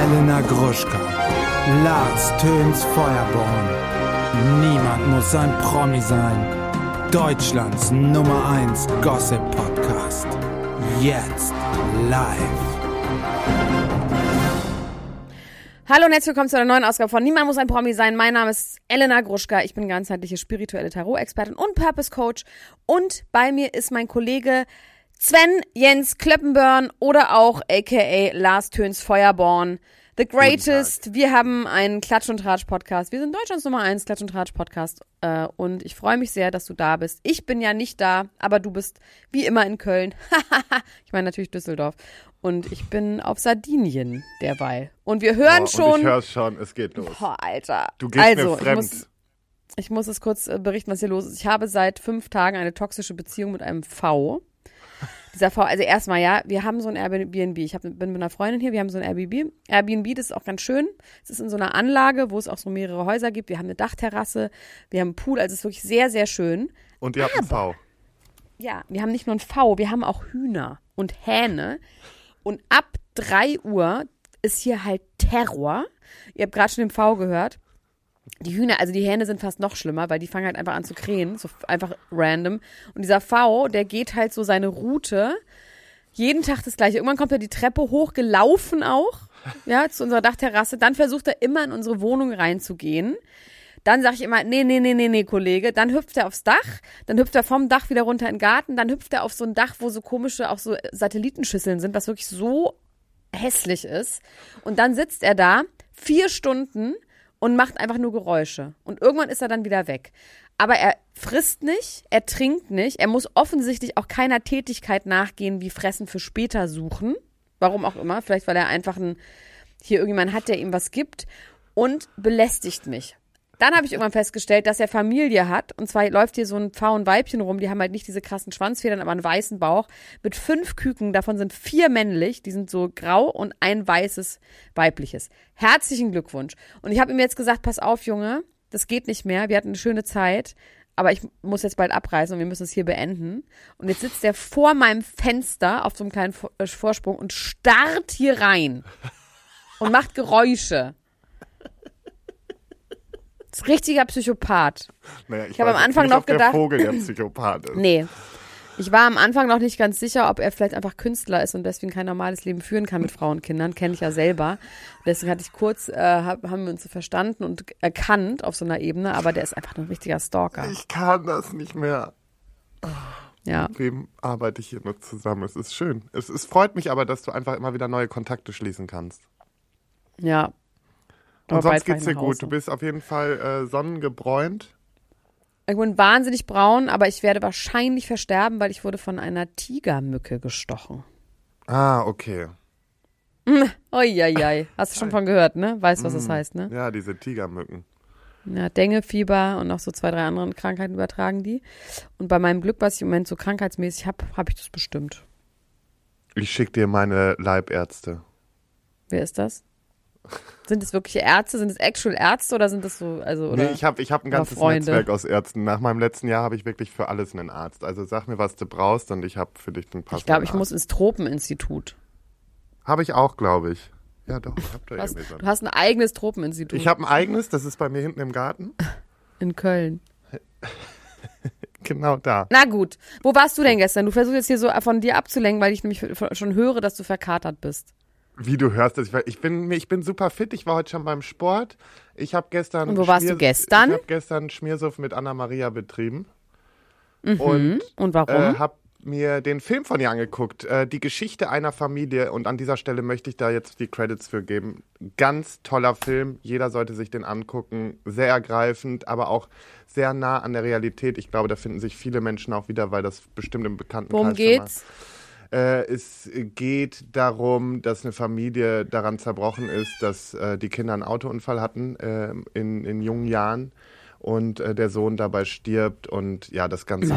Elena Gruschka, Lars Töns Feuerborn. Niemand muss ein Promi sein. Deutschlands Nummer 1 Gossip-Podcast. Jetzt live. Hallo und herzlich willkommen zu einer neuen Ausgabe von Niemand muss ein Promi sein. Mein Name ist Elena Gruschka. Ich bin ganzheitliche spirituelle Tarot-Expertin und Purpose-Coach. Und bei mir ist mein Kollege Sven Jens Klöppenborn oder auch a.k.a. Lars Töns Feuerborn. The Greatest. Wir haben einen Klatsch- und Tratsch-Podcast. Wir sind Deutschlands Nummer 1 Klatsch- und Tratsch-Podcast. Und ich freue mich sehr, dass du da bist. Ich bin ja nicht da, aber du bist wie immer in Köln. Ich meine natürlich Düsseldorf. Und ich bin auf Sardinien derweil. Und wir hören schon. Ich höre schon, es geht los. Boah, Alter. Du gehst mir fremd. Ich muss es kurz berichten, was hier los ist. Ich habe seit 5 Tagen eine toxische Beziehung mit einem V. Dieser V, also erstmal, ja, wir haben so ein Airbnb. Ich bin mit einer Freundin hier, wir haben so ein Airbnb, das ist auch ganz schön. Es ist in so einer Anlage, wo es auch so mehrere Häuser gibt. Wir haben eine Dachterrasse, wir haben einen Pool, also es ist wirklich sehr, sehr schön. Und ihr habt einen V. Ja, wir haben nicht nur ein V, wir haben auch Hühner und Hähne. Und ab 3 Uhr ist hier halt Terror. Ihr habt gerade schon den V gehört. Die Hühner, also die Hähne sind fast noch schlimmer, weil die fangen halt einfach an zu krähen, so einfach random. Und dieser V, der geht halt so seine Route, jeden Tag das Gleiche. Irgendwann kommt er die Treppe hochgelaufen auch, ja, zu unserer Dachterrasse. Dann versucht er immer in unsere Wohnung reinzugehen. Dann sage ich immer, nee, Kollege. Dann hüpft er aufs Dach, dann hüpft er vom Dach wieder runter in den Garten, dann hüpft er auf so ein Dach, wo so komische, auch so Satellitenschüsseln sind, was wirklich so hässlich ist. Und dann sitzt er da 4 Stunden und macht einfach nur Geräusche. Und irgendwann ist er dann wieder weg. Aber er frisst nicht, er trinkt nicht, er muss offensichtlich auch keiner Tätigkeit nachgehen, wie Fressen für später suchen. Warum auch immer, vielleicht weil er einfach hier irgendjemand hat, der ihm was gibt und belästigt mich. Dann habe ich irgendwann festgestellt, dass er Familie hat. Und zwar läuft hier so ein Pfau und Weibchen rum. Die haben halt nicht diese krassen Schwanzfedern, aber einen weißen Bauch. Mit 5 Küken, davon sind 4 männlich. Die sind so grau und ein weißes weibliches. Herzlichen Glückwunsch. Und ich habe ihm jetzt gesagt, pass auf, Junge, das geht nicht mehr. Wir hatten eine schöne Zeit, aber ich muss jetzt bald abreisen und wir müssen es hier beenden. Und jetzt sitzt er vor meinem Fenster auf so einem kleinen Vorsprung und starrt hier rein und macht Geräusche. Das ist richtiger Psychopath. Naja, ich habe am Anfang nicht, noch ob gedacht, der Vogel der Psychopath ist. Nee. Ich war am Anfang noch nicht ganz sicher, ob er vielleicht einfach Künstler ist und deswegen kein normales Leben führen kann mit Frauen und Kindern. Kenne ich ja selber. Deswegen hatte ich kurz, haben wir uns so verstanden und erkannt auf so einer Ebene, aber der ist einfach ein richtiger Stalker. Ich kann das nicht mehr. Ja. Mit wem arbeite ich hier nur zusammen? Es ist schön. Es freut mich aber, dass du einfach immer wieder neue Kontakte schließen kannst. Ja. Und sonst geht's dir gut. Du bist auf jeden Fall sonnengebräunt. Ich bin wahnsinnig braun, aber ich werde wahrscheinlich versterben, weil ich wurde von einer Tigermücke gestochen. Ah, okay. Uiuiui. Hast du schon von gehört, ne? Weißt, was das heißt, ne? Ja, diese Tigermücken. Ja, Dengue, Fieber und noch so 2, 3 andere Krankheiten übertragen die. Und bei meinem Glück, was ich im Moment so krankheitsmäßig habe, habe ich das bestimmt. Ich schicke dir meine Leibärzte. Wer ist das? Sind es wirkliche Ärzte? Sind es actual Ärzte oder sind das so, also, oder? Nee, ich hab ein ganzes Netzwerk aus Ärzten. Nach meinem letzten Jahr habe ich wirklich für alles einen Arzt. Also sag mir, was du brauchst und ich habe für dich den passenden Ich glaube, ich Arzt. muss ins Tropeninstitut. Habe ich auch, glaube ich. Ja doch, ich hab da irgendwie so. Du hast ein eigenes Tropeninstitut. Ich habe ein eigenes, das ist bei mir hinten im Garten. In Köln. Genau da. Na gut. Wo warst du denn gestern? Du versuchst jetzt hier so von dir abzulenken, weil ich nämlich schon höre, dass du verkatert bist. Wie du hörst, ich bin super fit. Ich war heute schon beim Sport. Ich habe gestern. Und wo warst du gestern? Ich habe gestern Schmiersuff mit Anna-Maria betrieben. Und warum? Habe mir den Film von ihr angeguckt. Die Geschichte einer Familie. Und an dieser Stelle möchte ich da jetzt die Credits für geben. Ganz toller Film. Jeder sollte sich den angucken. Sehr ergreifend, aber auch sehr nah an der Realität. Ich glaube, da finden sich viele Menschen auch wieder, weil das bestimmt im Bekanntenkreis. Worum geht's? Es geht darum, dass eine Familie daran zerbrochen ist, dass die Kinder einen Autounfall hatten in jungen Jahren und der Sohn dabei stirbt und ja, das ganze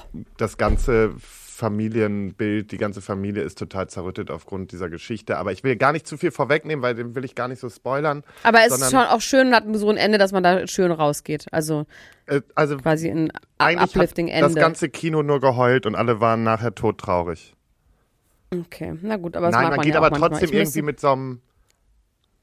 Familienbild, die ganze Familie ist total zerrüttet aufgrund dieser Geschichte. Aber ich will gar nicht zu viel vorwegnehmen, weil dem will ich gar nicht so spoilern. Aber es ist schon auch schön, hat so ein Ende, dass man da schön rausgeht. Also quasi ein uplifting Ende. Das ganze Kino nur geheult und alle waren nachher todtraurig. Okay, na gut, aber das Nein, mag man man geht ja aber auch trotzdem manchmal. irgendwie mit so einem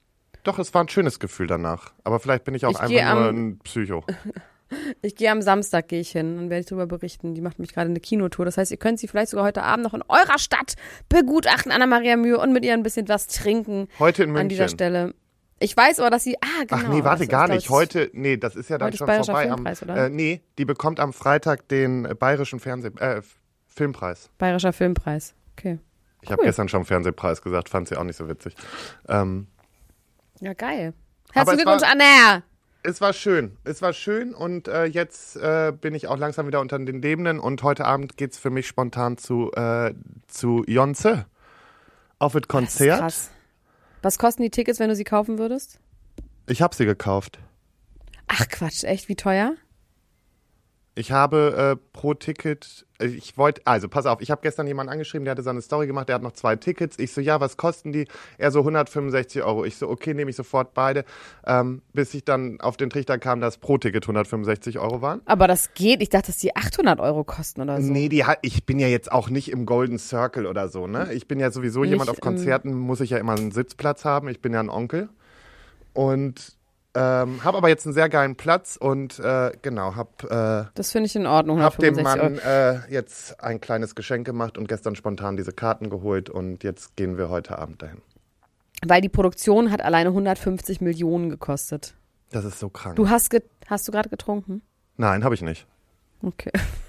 Doch, es war ein schönes Gefühl danach. Aber vielleicht bin ich auch einfach nur ein Psycho. Ich gehe am Samstag hin, dann werde ich darüber berichten. Die macht mich gerade eine Kinotour. Das heißt, ihr könnt sie vielleicht sogar heute Abend noch in eurer Stadt begutachten, Anna-Maria Mühe, und mit ihr ein bisschen was trinken. Heute in München. An dieser Stelle. Ich weiß aber, dass sie, genau. Ach nee, warte, gar nicht. Heute, nee, das ist ja dann schon vorbei. Filmpreis, oder? Nee, die bekommt am Freitag den bayerischen Filmpreis. Bayerischer Filmpreis, okay. Ich habe gestern schon Fernsehpreis gesagt, fand sie auch nicht so witzig. Ja, geil. Herzlichen Glückwunsch, Anna! Es war schön und jetzt bin ich auch langsam wieder unter den Lebenden und heute Abend geht's für mich spontan zu Beyoncé auf das Konzert. Das ist krass. Was kosten die Tickets, wenn du sie kaufen würdest? Ich habe sie gekauft. Ach Quatsch, echt? Wie teuer? Ich habe pro Ticket, pass auf, ich habe gestern jemanden angeschrieben, der hatte seine Story gemacht, der hat noch 2 Tickets. Ich so, ja, was kosten die? Er so, 165 Euro. Ich so, okay, nehme ich sofort beide. Bis ich dann auf den Trichter kam, dass pro Ticket 165 Euro waren. Aber das geht, ich dachte, dass die 800 Euro kosten oder so. Nee, ich bin ja jetzt auch nicht im Golden Circle oder so, ne? Ich bin ja sowieso jemand, auf Konzerten muss ich ja immer einen Sitzplatz haben. Ich bin ja ein Onkel. Und habe aber jetzt einen sehr geilen Platz und das finde ich in Ordnung. Hab dem Mann jetzt ein kleines Geschenk gemacht und gestern spontan diese Karten geholt und jetzt gehen wir heute Abend dahin. Weil die Produktion hat alleine 150 Millionen gekostet. Das ist so krank. Hast du gerade getrunken? Nein, habe ich nicht. Okay.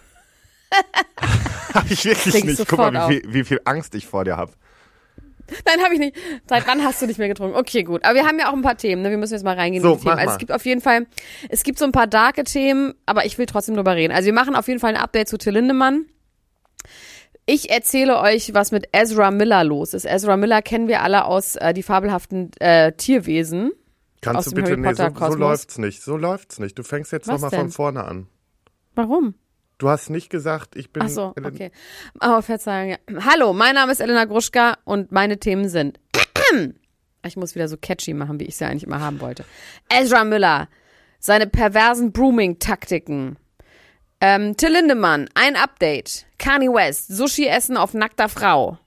Habe ich wirklich nicht. Guck mal, wie viel Angst ich vor dir habe. Nein, habe ich nicht. Seit wann hast du nicht mehr getrunken? Okay, gut. Aber wir haben ja auch ein paar Themen, ne? Wir müssen jetzt mal reingehen in die Themen. Also es gibt auf jeden Fall, so ein paar darke Themen, aber ich will trotzdem drüber reden. Also wir machen auf jeden Fall ein Update zu Till Lindemann. Ich erzähle euch, was mit Ezra Miller los ist. Ezra Miller kennen wir alle aus die fabelhaften Tierwesen. Kannst du bitte, nee, so läuft's nicht. So läuft's nicht. Du fängst jetzt nochmal von vorne an. Warum? Du hast nicht gesagt, ich bin... Ach so, okay. Oh, Verzeihung, ja. Hallo, mein Name ist Elena Gruschka und meine Themen sind... Ich muss wieder so catchy machen, wie ich es ja eigentlich immer haben wollte. Ezra Miller, seine perversen Brooming-Taktiken. Till Lindemann, ein Update. Kanye West, Sushi essen auf nackter Frau.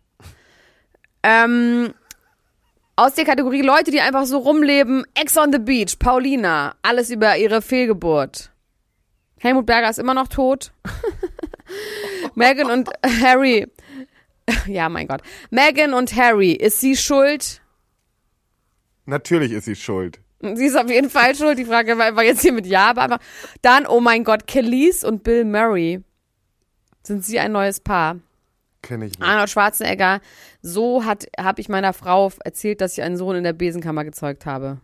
Aus der Kategorie Leute, die einfach so rumleben. Ex on the Beach, Paulina, alles über ihre Fehlgeburt. Helmut Berger ist immer noch tot. Meghan und Harry. Ja, mein Gott. Meghan und Harry, ist sie schuld? Natürlich ist sie schuld. Sie ist auf jeden Fall schuld. Die Frage war einfach jetzt hier mit Ja, aber einfach. Dann, oh mein Gott, Kelis und Bill Murray. Sind sie ein neues Paar? Kenn ich nicht. Arnold Schwarzenegger. So habe ich meiner Frau erzählt, dass ich einen Sohn in der Besenkammer gezeugt habe.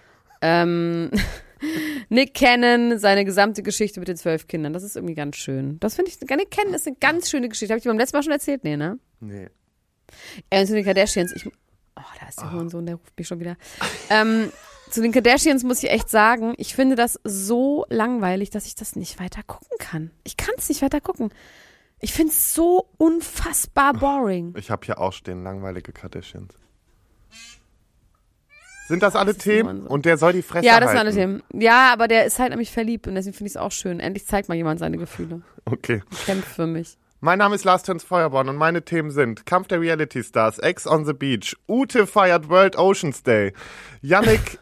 Nick Cannon, seine gesamte Geschichte mit den 12 Kindern. Das ist irgendwie ganz schön. Das finde ich, Nick Cannon ist eine ganz schöne Geschichte. Habe ich dir beim letzten Mal schon erzählt? Nee, ne? Nee. Zu den Kardashians. Da ist der Hurensohn, der ruft mich schon wieder. Zu den Kardashians muss ich echt sagen, ich finde das so langweilig, dass ich das nicht weiter gucken kann. Ich kann es nicht weiter gucken. Ich finde es so unfassbar boring. Ich habe hier auch stehen, langweilige Kardashians. Sind das alle Themen? So. Und der soll die Fresse halten? Ja, das sind alle Themen. Ja, aber der ist halt nämlich verliebt und deswegen finde ich es auch schön. Endlich zeigt mal jemand seine Gefühle. Okay. Kämpft für mich. Mein Name ist Lars Töns Feuerborn und meine Themen sind Kampf der Reality Stars, Ex on the Beach, Ute feiert World Oceans Day, Yannick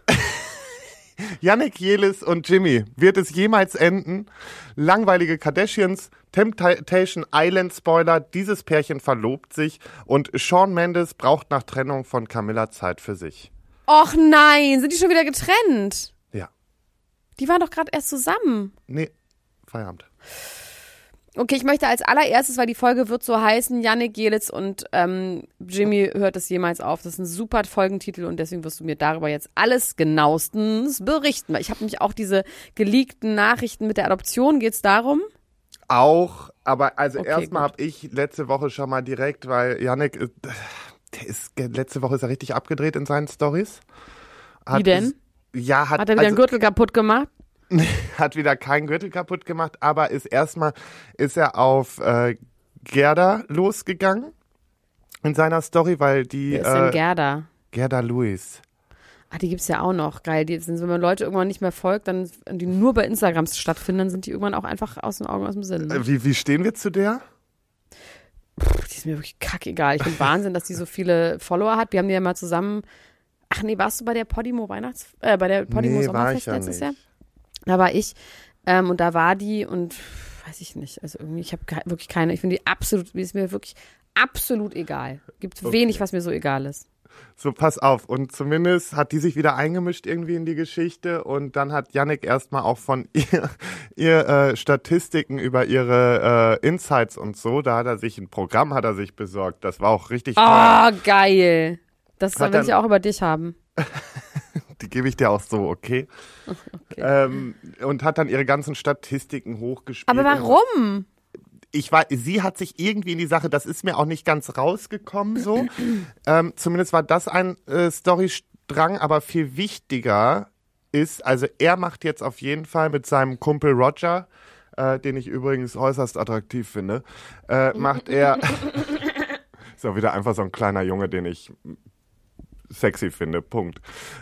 Jelis und Jimmy. Wird es jemals enden? Langweilige Kardashians, Temptation Island Spoiler, dieses Pärchen verlobt sich und Shawn Mendes braucht nach Trennung von Camilla Zeit für sich. Och nein, sind die schon wieder getrennt? Ja. Die waren doch gerade erst zusammen. Nee, Feierabend. Okay, ich möchte als allererstes, weil die Folge wird so heißen, Yannick Jelis und Jimmy hört es jemals auf. Das ist ein super Folgentitel und deswegen wirst du mir darüber jetzt alles genauestens berichten. Ich habe nämlich auch diese geleakten Nachrichten mit der Adoption. Geht's darum? Auch, aber also okay, erstmal habe ich letzte Woche schon mal direkt, weil Yannick, letzte Woche ist er richtig abgedreht in seinen Storys. Wie denn? Hat er wieder einen Gürtel kaputt gemacht? Hat wieder keinen Gürtel kaputt gemacht, aber ist er auf Gerda losgegangen in seiner Story, weil die... Wer ist denn Gerda? Gerda Lewis. Die gibt's ja auch noch. Geil, wenn man Leute irgendwann nicht mehr folgt, dann die nur bei Instagram stattfinden, dann sind die irgendwann auch einfach aus den Augen, aus dem Sinn. Ne? Wie stehen wir zu der? Die ist mir wirklich kackegal. Ich finde Wahnsinn, dass die so viele Follower hat. Wir haben die ja mal zusammen ach nee, warst du bei der Podimo bei der Podimo Nee, war Sommerfest ich ja letztes nicht. Jahr? Da war ich und da war die und weiß ich nicht, also irgendwie, ich habe wirklich keine, ich finde die ist mir wirklich absolut egal. Gibt wenig, was mir so egal ist. So, pass auf. Und zumindest hat die sich wieder eingemischt irgendwie in die Geschichte und dann hat Yannick erstmal auch von ihr Statistiken über ihre Insights und so, da hat er sich ein Programm besorgt. Das war auch richtig teuer. Oh, geil. Das Hat will ich dann- auch über dich haben. Die gebe ich dir auch so, okay? Okay. Und hat dann ihre ganzen Statistiken hochgespielt. Aber warum? Sie hat sich irgendwie in die Sache, das ist mir auch nicht ganz rausgekommen so. Zumindest war das ein Storystrang, aber viel wichtiger ist, also er macht jetzt auf jeden Fall mit seinem Kumpel Roger, den ich übrigens äußerst attraktiv finde, macht er, ist auch wieder einfach so ein kleiner Junge, den ich sexy finde, Punkt.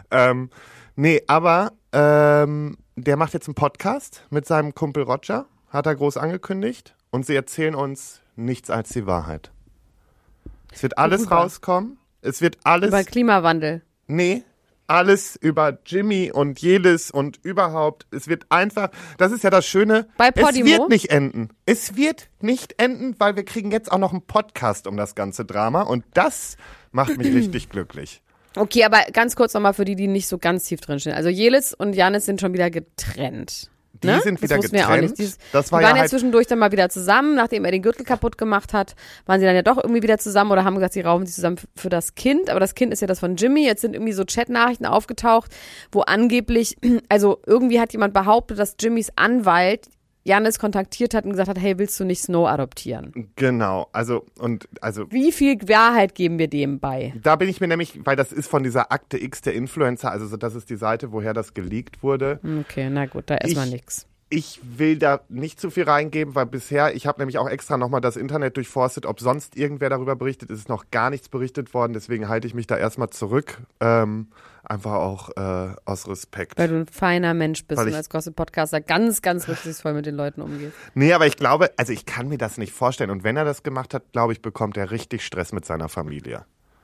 Nee, aber der macht jetzt einen Podcast mit seinem Kumpel Roger, hat er groß angekündigt. Und sie erzählen uns nichts als die Wahrheit. Es wird alles Worüber? rauskommen. Es wird alles. Über Klimawandel. Nee, alles über Jimmy und Jelis und überhaupt. Es wird einfach. Das ist ja das Schöne. Bei Es Podimo? wird nicht enden. Es wird nicht enden, weil wir kriegen jetzt auch noch einen Podcast um das ganze Drama. Und das macht mich richtig glücklich. Okay, aber ganz kurz nochmal für die, die nicht so ganz tief drin stehen. Also Jelis und Janis sind schon wieder getrennt. Die Ne? sind Das wieder wussten wir auch getrennt. nicht. Das war die waren ja ja halt. zwischendurch dann mal wieder zusammen, nachdem er den Gürtel kaputt gemacht hat, waren sie dann ja doch irgendwie wieder zusammen oder haben gesagt, sie raufen sich zusammen für das Kind, aber das Kind ist ja das von Jimmy. Jetzt sind irgendwie so Chatnachrichten aufgetaucht, wo angeblich, also irgendwie hat jemand behauptet, dass Jimmys Anwalt Janis kontaktiert hat und gesagt hat, hey, willst du nicht Snow adoptieren? Genau. Also. Wie viel Wahrheit geben wir dem bei? Da bin ich mir nämlich, weil das ist von dieser Akte X der Influencer, also das ist die Seite, woher das geleakt wurde. Okay, na gut, da ist mal nix. Ich will da nicht zu viel reingeben, weil bisher, ich habe nämlich auch extra nochmal das Internet durchforstet, ob sonst irgendwer darüber berichtet, ist noch gar nichts berichtet worden, deswegen halte ich mich da erstmal zurück, einfach auch aus Respekt. Weil du ein feiner Mensch bist Weil und ich- als Gossip-Podcaster ganz, ganz rücksichtsvoll mit den Leuten umgehst. Nee, aber ich glaube, also ich kann mir das nicht vorstellen und wenn er das gemacht hat, glaube ich, bekommt er richtig Stress mit seiner Familie.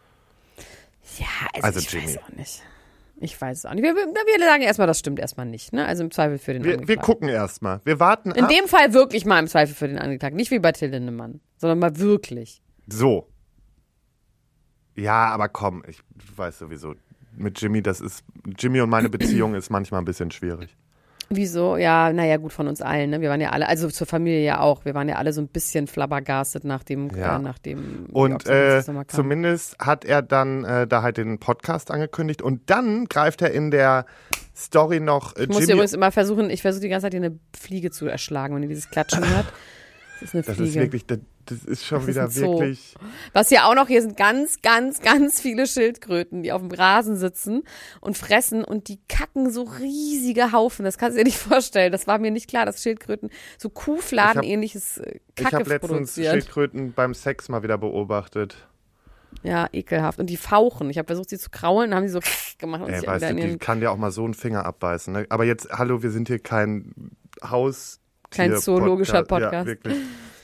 Ja, Also ich Jimmy. weiß auch nicht. Ich weiß es auch nicht. Wir sagen erstmal, das stimmt erstmal nicht. Ne? Also im Zweifel für den Wir Angeklagten. gucken erstmal, wir warten In ab. dem Fall wirklich mal im Zweifel für den Angeklagten. Nicht wie bei Till Lindemann, sondern mal wirklich. So. Ja, aber komm, du weißt sowieso, mit Jimmy, Jimmy und meine Beziehung ist manchmal ein bisschen schwierig. Wieso? Ja, naja, gut, von uns allen. Ne? Wir waren ja alle, also zur Familie ja auch, wir waren ja alle so ein bisschen flabbergastet nach dem Ja. die Und Observanz nochmal kam. zumindest hat er dann da halt den Podcast angekündigt und dann greift er in der Story noch Ich muss Jimmy. übrigens immer versuchen, ich versuche die ganze Zeit hier eine Fliege zu erschlagen, wenn ihr dieses Klatschen hört. Das ist eine Das Fliege. ist wirklich, das ist schon Das ist wieder ein Zoo. wirklich. Was hier auch noch, hier sind ganz, ganz, ganz viele Schildkröten, die auf dem Rasen sitzen und fressen und die kacken so riesige Haufen. Das kannst du dir nicht vorstellen. Das war mir nicht klar, dass Schildkröten so Kuhfladenähnliches Ich Kacke habe letztens produzieren. Schildkröten beim Sex mal wieder beobachtet. Ja, ekelhaft. Und die fauchen. Ich habe versucht, sie zu kraulen, dann haben sie so gemacht und sich Weißt wieder du, in die ihren kann dir auch mal so einen Finger abbeißen. Ne? Aber jetzt, hallo, wir sind hier kein Haus. Kein zoologischer Podcast. Ja, wirklich.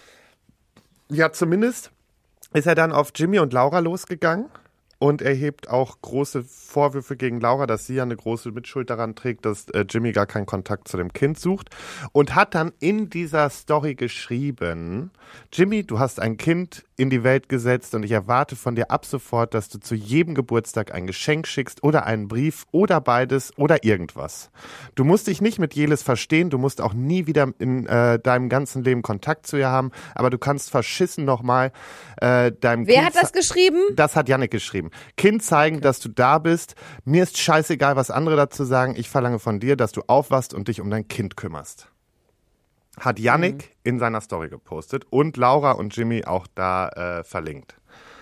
Ja, zumindest ist er dann auf Jimmy und Laura losgegangen und erhebt auch große Vorwürfe gegen Laura, dass sie ja eine große Mitschuld daran trägt, dass Jimmy gar keinen Kontakt zu dem Kind sucht und hat dann in dieser Story geschrieben, Jimmy, du hast ein Kind in die Welt gesetzt und ich erwarte von dir ab sofort, dass du zu jedem Geburtstag ein Geschenk schickst oder einen Brief oder beides oder irgendwas. Du musst dich nicht mit Jelis verstehen, du musst auch nie wieder in deinem ganzen Leben Kontakt zu ihr haben, aber du kannst verschissen nochmal deinem Wer Kind... hat das geschrieben? Das hat Yannick geschrieben. Kind zeigen, dass du da bist. Mir ist scheißegal, was andere dazu sagen. Ich verlange von dir, dass du aufwachst und dich um dein Kind kümmerst. Hat Yannick in seiner Story gepostet und Laura und Jimmy auch da verlinkt.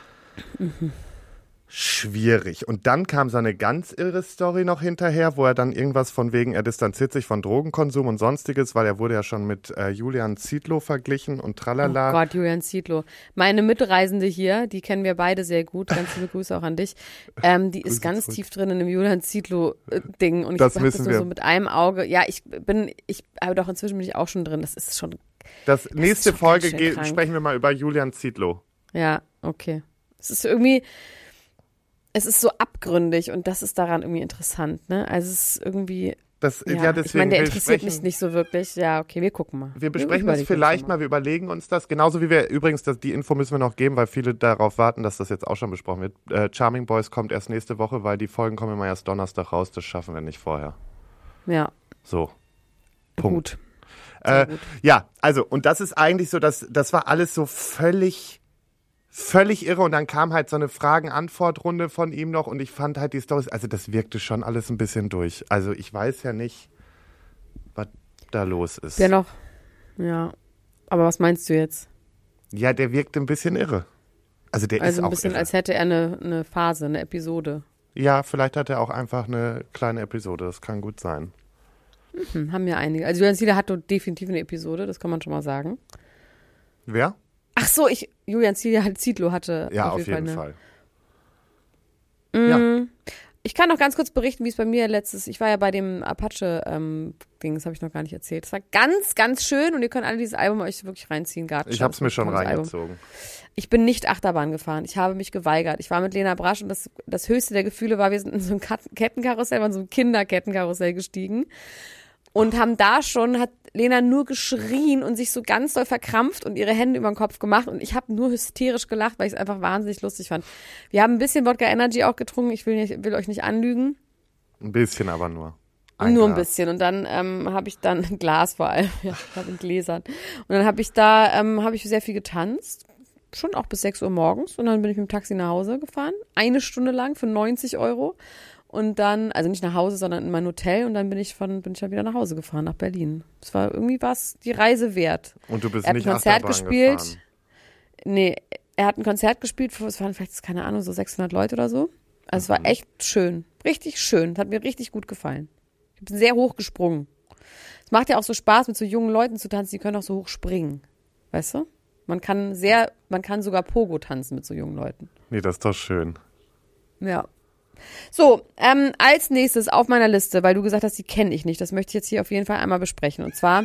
Schwierig. Und dann kam so eine ganz irre Story noch hinterher, wo er dann irgendwas von wegen, er distanziert sich von Drogenkonsum und Sonstiges, weil er wurde ja schon mit Julian Zietlow verglichen und tralala. Oh Gott, Julian Zietlow. Meine Mitreisende hier, die kennen wir beide sehr gut. Ganz liebe Grüße auch an dich. Die ist ganz zurück. tief drin in dem Julian Zietlow-Ding. Und ich Das habe das wissen nur wir. so mit einem Auge. Ja, aber doch inzwischen bin ich auch schon drin. Das ist schon, Das nächste schon Folge ganz schön krank. sprechen wir mal über Julian Zietlow. ja, okay. Es ist irgendwie, es ist so abgründig und das ist daran irgendwie interessant, ne? Also es ist irgendwie, deswegen, ich meine, der interessiert mich nicht so wirklich. Ja, okay, wir gucken mal. Wir besprechen das vielleicht mal, wir überlegen uns das. Genauso wie wir übrigens, die Info müssen wir noch geben, weil viele darauf warten, dass das jetzt auch schon besprochen wird. Charming Boys kommt erst nächste Woche, weil die Folgen kommen immer erst Donnerstag raus. Das schaffen wir nicht vorher. Ja. So. Punkt. Gut. Ja, also, und das ist eigentlich so, das war alles so völlig irre und dann kam halt so eine Fragen-Antwort-Runde von ihm noch und ich fand halt die Storys, also das wirkte schon alles ein bisschen durch. Also ich weiß ja nicht, was da los ist. Ja, aber was meinst du jetzt? Ja, der wirkte ein bisschen irre. Also der ist auch ein bisschen, irre. als hätte er eine Phase, eine Episode. Ja, vielleicht hat er auch einfach eine kleine Episode, das kann gut sein. Haben ja einige. Also Julian Ziegler hat definitiv eine Episode, das kann man schon mal sagen. Wer? Ach so, Julian Zietlow hatte ja, auf jeden Fall. Ja. Ich kann noch ganz kurz berichten, wie es bei mir ich war ja bei dem Apache-Ding, das habe ich noch gar nicht erzählt. Es war ganz, ganz schön und ihr könnt alle dieses Album euch wirklich reinziehen. Ich habe es mir schon reingezogen. Ich bin nicht Achterbahn gefahren. Ich habe mich geweigert. Ich war mit Lena Brasch und das höchste der Gefühle war, wir sind in so einem Kettenkarussell, in so einem Kinderkettenkarussell gestiegen und hat Lena nur geschrien und sich so ganz doll verkrampft und ihre Hände über den Kopf gemacht und ich habe nur hysterisch gelacht, weil ich es einfach wahnsinnig lustig fand. Wir haben ein bisschen Wodka Energy auch getrunken, ich will euch nicht anlügen. Ein bisschen aber nur. Nur ein bisschen und dann habe ich dann ein Glas vor allem, ja, ich habe in Gläsern und dann habe ich sehr viel getanzt, schon auch bis 6 Uhr morgens und dann bin ich mit dem Taxi nach Hause gefahren, 1 Stunde lang für 90 € und dann, also nicht nach Hause, sondern in mein Hotel und dann bin ich dann wieder nach Hause gefahren, nach Berlin. Es war irgendwie die Reise wert. Und du bist nicht Achterbahn gefahren? Nee, er hat ein Konzert gespielt, es waren vielleicht, keine Ahnung, so 600 Leute oder so. Also es war echt schön, richtig schön, hat mir richtig gut gefallen. Ich bin sehr hoch gesprungen. Es macht ja auch so Spaß, mit so jungen Leuten zu tanzen, die können auch so hoch springen, weißt du? Man kann sogar Pogo tanzen mit so jungen Leuten. Nee, das ist doch schön. Ja. So, als nächstes auf meiner Liste, weil du gesagt hast, die kenne ich nicht, das möchte ich jetzt hier auf jeden Fall einmal besprechen. Und zwar,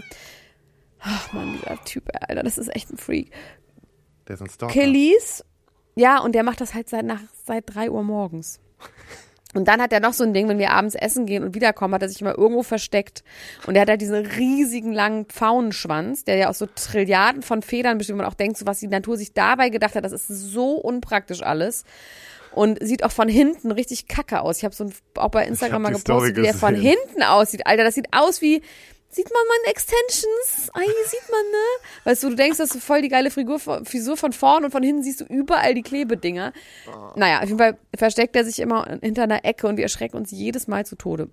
ach Mann, dieser Typ, Alter, das ist echt ein Freak. Der ist ein Stalker. Kelis, ja, und der macht das halt seit 3 Uhr morgens. Und dann hat er noch so ein Ding, wenn wir abends essen gehen und wiederkommen, hat er sich immer irgendwo versteckt. Und er hat halt diesen riesigen langen Pfauenschwanz, der ja aus so Trilliarden von Federn besteht, wo man auch denkt, so was die Natur sich dabei gedacht hat, das ist so unpraktisch alles. Und sieht auch von hinten richtig kacke aus. Ich habe auch bei Instagram mal gepostet, wie der von hinten aussieht. Alter, das sieht aus wie, sieht man meine Extensions? Sieht man, ne? Weißt du denkst, das ist voll die geile Frisur von vorn und von hinten siehst du überall die Klebedinger. Naja, auf jeden Fall versteckt er sich immer hinter einer Ecke und wir erschrecken uns jedes Mal zu Tode.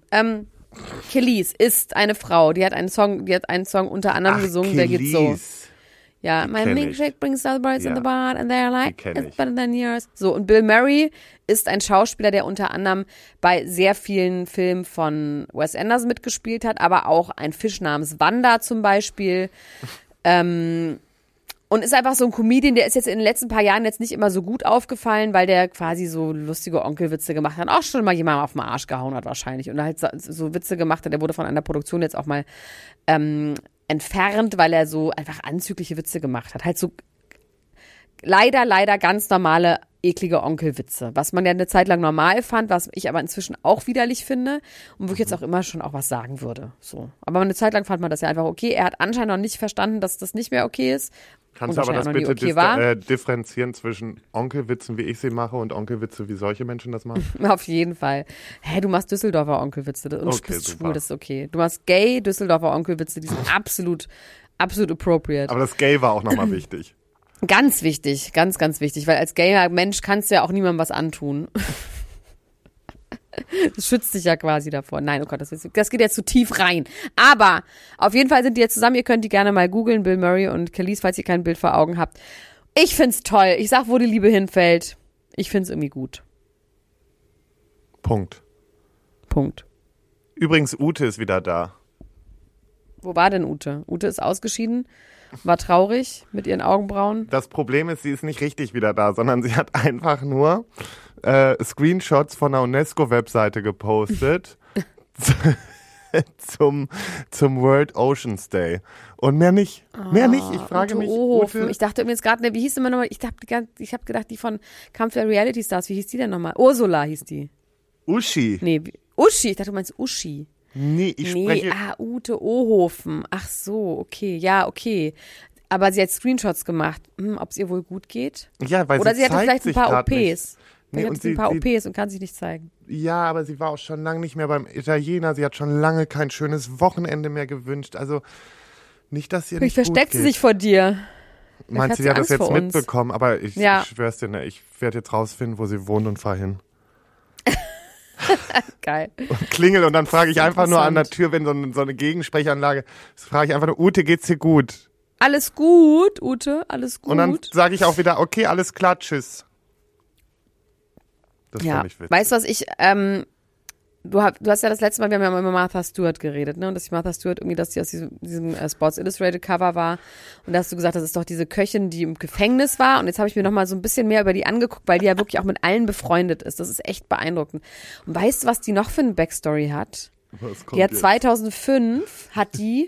Kelis ist eine Frau, die hat einen Song unter anderem gesungen, der geht so. Ja, my milkshake brings the birds in the bar and they're like, it's better than yours. So, und Bill Murray ist ein Schauspieler, der unter anderem bei sehr vielen Filmen von Wes Anderson mitgespielt hat, aber auch ein Fisch namens Wanda zum Beispiel. Und ist einfach so ein Comedian, der ist jetzt in den letzten paar Jahren jetzt nicht immer so gut aufgefallen, weil der quasi so lustige Onkelwitze gemacht hat. Auch schon mal jemand auf den Arsch gehauen hat wahrscheinlich. Und halt so Witze gemacht hat. Der wurde von einer Produktion jetzt auch mal entfernt, weil er so einfach anzügliche Witze gemacht hat. Halt so leider ganz normale, eklige Onkelwitze. Was man ja eine Zeit lang normal fand, was ich aber inzwischen auch widerlich finde und wo ich jetzt auch immer schon auch was sagen würde. So. Aber eine Zeit lang fand man das ja einfach okay. Er hat anscheinend noch nicht verstanden, dass das nicht mehr okay ist. Kannst du aber das bitte differenzieren zwischen Onkelwitzen, wie ich sie mache, und Onkelwitze, wie solche Menschen das machen? Auf jeden Fall. Du machst Düsseldorfer Onkelwitze und bist schwul, das ist okay. Du machst gay Düsseldorfer Onkelwitze, die sind absolut appropriate. Aber das Gay war auch nochmal wichtig. Ganz wichtig, ganz, ganz wichtig, weil als gayer Mensch kannst du ja auch niemandem was antun. Das schützt dich ja quasi davor. Nein, oh Gott, das geht jetzt zu tief rein. Aber auf jeden Fall sind die jetzt zusammen. Ihr könnt die gerne mal googeln, Bill Murray und Kelis, falls ihr kein Bild vor Augen habt. Ich find's toll. Ich sag, wo die Liebe hinfällt. Ich find's irgendwie gut. Punkt. Übrigens, Ute ist wieder da. Wo war denn Ute? Ute ist ausgeschieden, war traurig mit ihren Augenbrauen. Das Problem ist, sie ist nicht richtig wieder da, sondern sie hat einfach nur Screenshots von einer UNESCO-Webseite gepostet. zum World Oceans Day. Und mehr nicht. Mehr nicht. Ich frage mich, Ohofen. Ute, Ich dachte mir jetzt gerade, wie hieß immer nochmal? Ich hab gedacht, die von Kampf der Reality Stars, wie hieß die denn nochmal? Ursula hieß die. Uschi. Nee, Uschi. Ich dachte, du meinst Uschi. Nee, ich spreche... Ute Ohofen. Ach so, okay. Ja, okay. Aber sie hat Screenshots gemacht. Ob es ihr wohl gut geht? Ja, weil Oder sie hatte vielleicht ein paar OPs. Nicht. Nee, Vielleicht hat sie ein paar OPs und kann sich nicht zeigen. Ja, aber sie war auch schon lange nicht mehr beim Italiener. Sie hat schon lange kein schönes Wochenende mehr gewünscht. Also nicht, dass ihr nicht Vielleicht gut versteckt geht. sie sich vor dir. Meinst du, sie hat das jetzt mitbekommen? Aber ich Ja. schwör's dir, ne, ich werde jetzt rausfinden, wo sie wohnt und fahr hin. Geil. Und klingel und dann frage ich einfach nur an der interessant. Tür, wenn so eine Gegensprechanlage, frage ich einfach nur, Ute, geht's dir gut? Alles gut, Ute, alles gut. Und dann sage ich auch wieder, okay, alles klar, tschüss. Das ja, fand ich witzig. weißt du, was ich, du hast ja das letzte Mal, wir haben ja über Martha Stewart geredet, ne, und dass die Martha Stewart irgendwie, dass die aus diesem Sports Illustrated Cover war, und da hast du gesagt, das ist doch diese Köchin, die im Gefängnis war, und jetzt habe ich mir nochmal so ein bisschen mehr über die angeguckt, weil die ja wirklich auch mit allen befreundet ist, das ist echt beeindruckend. Und weißt du, was die noch für eine Backstory hat? Was kommt Die hat jetzt? 2005, hat die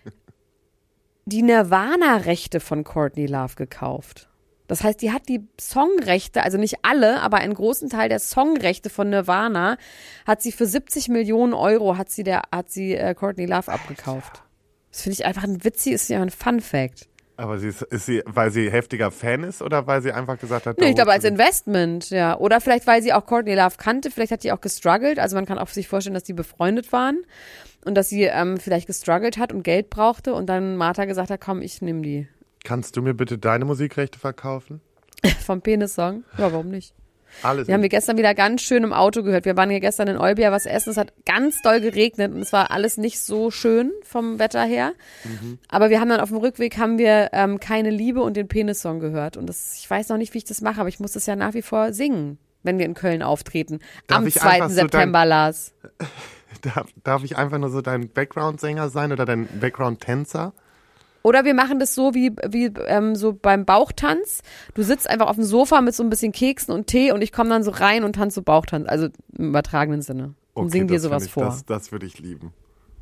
Nirvana-Rechte von Courtney Love gekauft. Das heißt, die hat die Songrechte, also nicht alle, aber einen großen Teil der Songrechte von Nirvana hat sie für 70 Millionen Euro hat sie Courtney Love abgekauft. Das finde ich einfach ist ja ein Fun-Fact. Aber ist sie, weil sie heftiger Fan ist oder weil sie einfach gesagt hat, Nö, ich glaube als in Investment, ja. Oder vielleicht, weil sie auch Courtney Love kannte, vielleicht hat die auch gestruggelt. Also man kann auch sich vorstellen, dass die befreundet waren und dass sie vielleicht gestruggelt hat und Geld brauchte und dann Martha gesagt hat, komm, ich nehme die. Kannst du mir bitte deine Musikrechte verkaufen? Vom Penis-Song? Ja, warum nicht? Alles. Die haben wir gestern wieder ganz schön im Auto gehört. Wir waren ja gestern in Olbia was essen. Es hat ganz doll geregnet und es war alles nicht so schön vom Wetter her. Aber wir haben dann auf dem Rückweg Keine Liebe und den Penis-Song gehört. Und ich weiß noch nicht, wie ich das mache, aber ich muss das ja nach wie vor singen, wenn wir in Köln auftreten. Darf Am ich 2. einfach so September, Lars. Darf ich einfach nur so dein Background-Sänger sein oder dein Background-Tänzer? Oder wir machen das so wie so beim Bauchtanz. Du sitzt einfach auf dem Sofa mit so ein bisschen Keksen und Tee und ich komme dann so rein und tanze so Bauchtanz. Also im übertragenen Sinne. Und sing dir das sowas find ich, vor. Das würde ich lieben.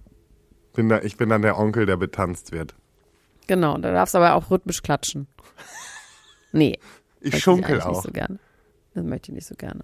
Ich bin dann der Onkel, der betanzt wird. Genau, da darfst du aber auch rhythmisch klatschen. Nee. Ich schunkel eigentlich auch. Nicht so gerne. Das möchte ich nicht so gerne.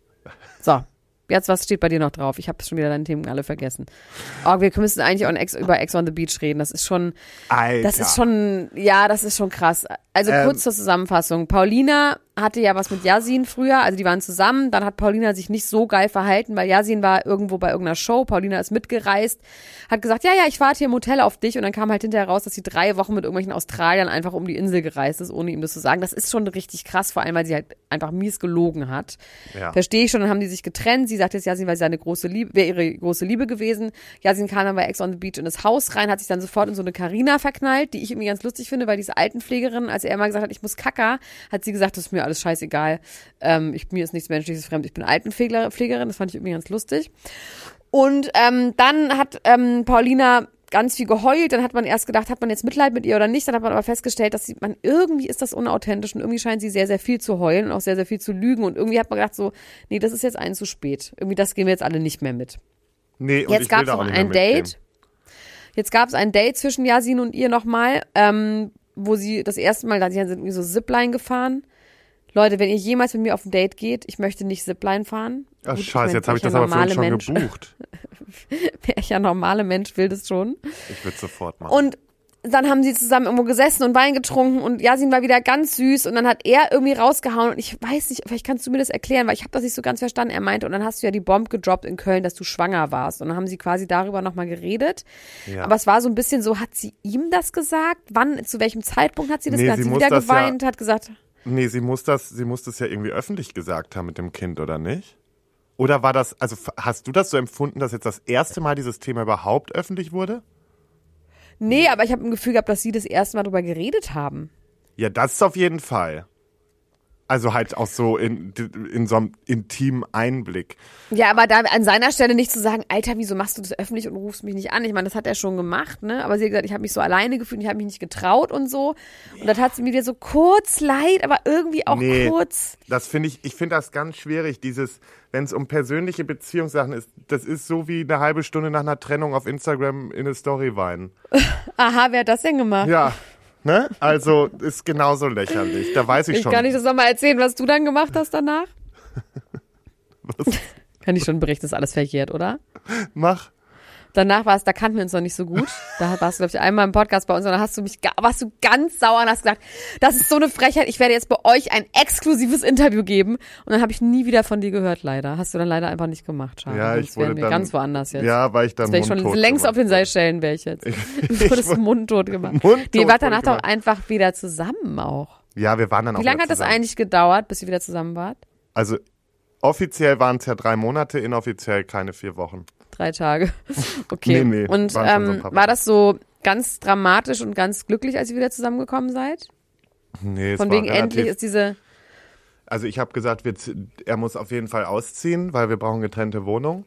So, jetzt, was steht bei dir noch drauf? Ich habe schon wieder deine Themen alle vergessen. Oh, wir müssen eigentlich auch über Ex on the Beach reden. Das ist schon, Alter. das ist schon krass. Also kurz zur Zusammenfassung. Paulina hatte ja was mit Yasin früher, also die waren zusammen, dann hat Paulina sich nicht so geil verhalten, weil Yasin war irgendwo bei irgendeiner Show, Paulina ist mitgereist, hat gesagt, ja, ich warte hier im Hotel auf dich und dann kam halt hinterher raus, dass sie 3 Wochen mit irgendwelchen Australiern einfach um die Insel gereist ist, ohne ihm das zu sagen. Das ist schon richtig krass, vor allem, weil sie halt einfach mies gelogen hat. Ja. Verstehe ich schon, dann haben die sich getrennt, sie sagt jetzt, Yasin wäre ihre große Liebe gewesen. Yasin kam dann bei Ex on the Beach in das Haus rein, hat sich dann sofort in so eine Carina verknallt, die ich irgendwie ganz lustig finde, weil diese Altenpflegerin, als er immer gesagt hat, ich muss kacker, hat sie gesagt, das ist mir alles scheißegal. Mir ist nichts Menschliches fremd. Ich bin Altenpflegerin. Das fand ich irgendwie ganz lustig. Und dann hat Paulina ganz viel geheult. Dann hat man erst gedacht, hat man jetzt Mitleid mit ihr oder nicht. Dann hat man aber festgestellt, dass irgendwie ist das unauthentisch und irgendwie scheint sie sehr, sehr viel zu heulen und auch sehr, sehr viel zu lügen. Und irgendwie hat man gedacht so, nee, das ist jetzt zu spät. Irgendwie das gehen wir jetzt alle nicht mehr mit. Nee, und Jetzt gab es noch ein Date. Jetzt gab es ein Date zwischen Yasin und ihr nochmal, wo sie das erste Mal, da sind irgendwie so Zipline gefahren. Leute, wenn ihr jemals mit mir auf ein Date geht, ich möchte nicht Zipline fahren. Ach, Gut, scheiße, jetzt habe ich das welcher aber für uns schon normale gebucht. Welcher normale Mensch will das schon? Ich würde sofort machen. Und dann haben sie zusammen irgendwo gesessen und Wein getrunken und Yasin war wieder ganz süß und dann hat er irgendwie rausgehauen und ich weiß nicht, vielleicht kannst du mir das erklären, weil ich habe das nicht so ganz verstanden. Er meinte, und dann hast du ja die Bombe gedroppt in Köln, dass du schwanger warst und dann haben sie quasi darüber nochmal geredet. Ja. Aber es war so ein bisschen so, hat sie ihm das gesagt? Wann, zu welchem Zeitpunkt hat sie das Nee, gesagt? Hat sie sie muss wieder das geweint, hat gesagt... Nee, sie muss das ja irgendwie öffentlich gesagt haben mit dem Kind, oder nicht? Oder war das, also hast du das so empfunden, dass jetzt das erste Mal dieses Thema überhaupt öffentlich wurde? Nee, aber ich habe ein Gefühl gehabt, dass sie das erste Mal drüber geredet haben. Ja, das ist auf jeden Fall. Also halt auch so in so einem intimen Einblick. Ja, aber da an seiner Stelle nicht zu sagen, Alter, wieso machst du das öffentlich und rufst mich nicht an? Ich meine, das hat er schon gemacht, ne? Aber sie hat gesagt, ich habe mich so alleine gefühlt, ich habe mich nicht getraut und so. Und das hat sie mir wieder so kurz leid, aber irgendwie auch kurz. Das finde ich finde das ganz schwierig, wenn es um persönliche Beziehungssachen ist, das ist so wie eine halbe Stunde nach einer Trennung auf Instagram in eine Story weinen. Aha, wer hat das denn gemacht? Ja. Ne? Also ist genauso lächerlich. Da weiß ich schon. Kann ich das nochmal erzählen, was du dann gemacht hast danach? Was? Kann ich schon berichten, ist alles verjährt, oder? Mach. Danach da kannten wir uns noch nicht so gut. Da warst du, glaube ich, einmal im Podcast bei uns und dann warst du ganz sauer und hast gesagt, das ist so eine Frechheit, ich werde jetzt bei euch ein exklusives Interview geben. Und dann habe ich nie wieder von dir gehört, leider. Hast du dann leider einfach nicht gemacht, schade. Ja, ich wurde dann ganz woanders jetzt. Ja, weil ich dann wäre ich schon längst auf den Seychellen, wäre ich jetzt. Du wurdest mundtot gemacht. Die war danach doch einfach wieder zusammen auch. Ja, wir waren dann auch Wie lange hat das eigentlich gedauert, bis ihr wieder zusammen wart? Also offiziell waren es ja 3 Monate, inoffiziell keine 4 Wochen. 3 Tage. Okay. Nee, und waren schon so ein paar war das so ganz dramatisch und ganz glücklich, als ihr wieder zusammengekommen seid? Nee, es Von war wegen endlich ist diese... Also ich habe gesagt, er muss auf jeden Fall ausziehen, weil wir brauchen getrennte Wohnung.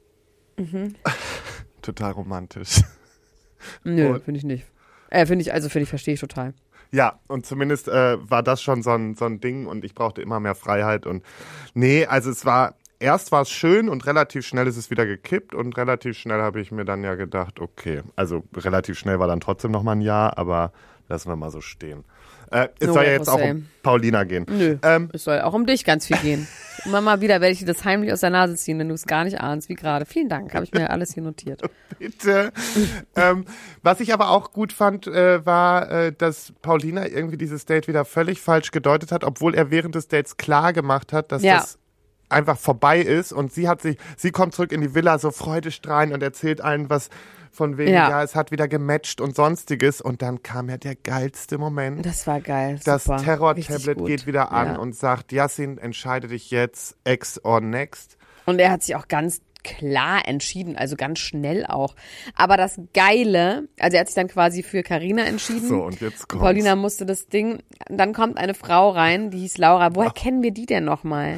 Total romantisch. Nö, finde ich nicht. Verstehe ich total. Ja, und zumindest war das schon so ein Ding und ich brauchte immer mehr Freiheit. Und nee, also erst war es schön und relativ schnell ist es wieder gekippt und relativ schnell habe ich mir dann ja gedacht, okay, also relativ schnell war dann trotzdem noch mal ein Jahr, aber lassen wir mal so stehen. Es soll ja jetzt auch um Paulina gehen. Nö, es soll auch um dich ganz viel gehen. Immer mal wieder werde ich dir das heimlich aus der Nase ziehen, wenn du es gar nicht ahnst, wie gerade. Vielen Dank, habe ich mir alles hier notiert. Bitte. Was ich aber auch gut fand, war, dass Paulina irgendwie dieses Date wieder völlig falsch gedeutet hat, obwohl er während des Dates klar gemacht hat, dass das einfach vorbei ist und sie kommt zurück in die Villa so freudestrahlend und erzählt allen was von wegen, es hat wieder gematcht und sonstiges und dann kam ja der geilste Moment. Das war geil, Das super. Terror-Tablet geht wieder an und sagt, Yassin, entscheide dich jetzt, ex or next. Und er hat sich auch ganz klar entschieden, also ganz schnell auch. Aber das Geile, also er hat sich dann quasi für Carina entschieden. So, und jetzt kommt's. Paulina musste das Ding, dann kommt eine Frau rein, die hieß Laura. Woher kennen wir die denn nochmal?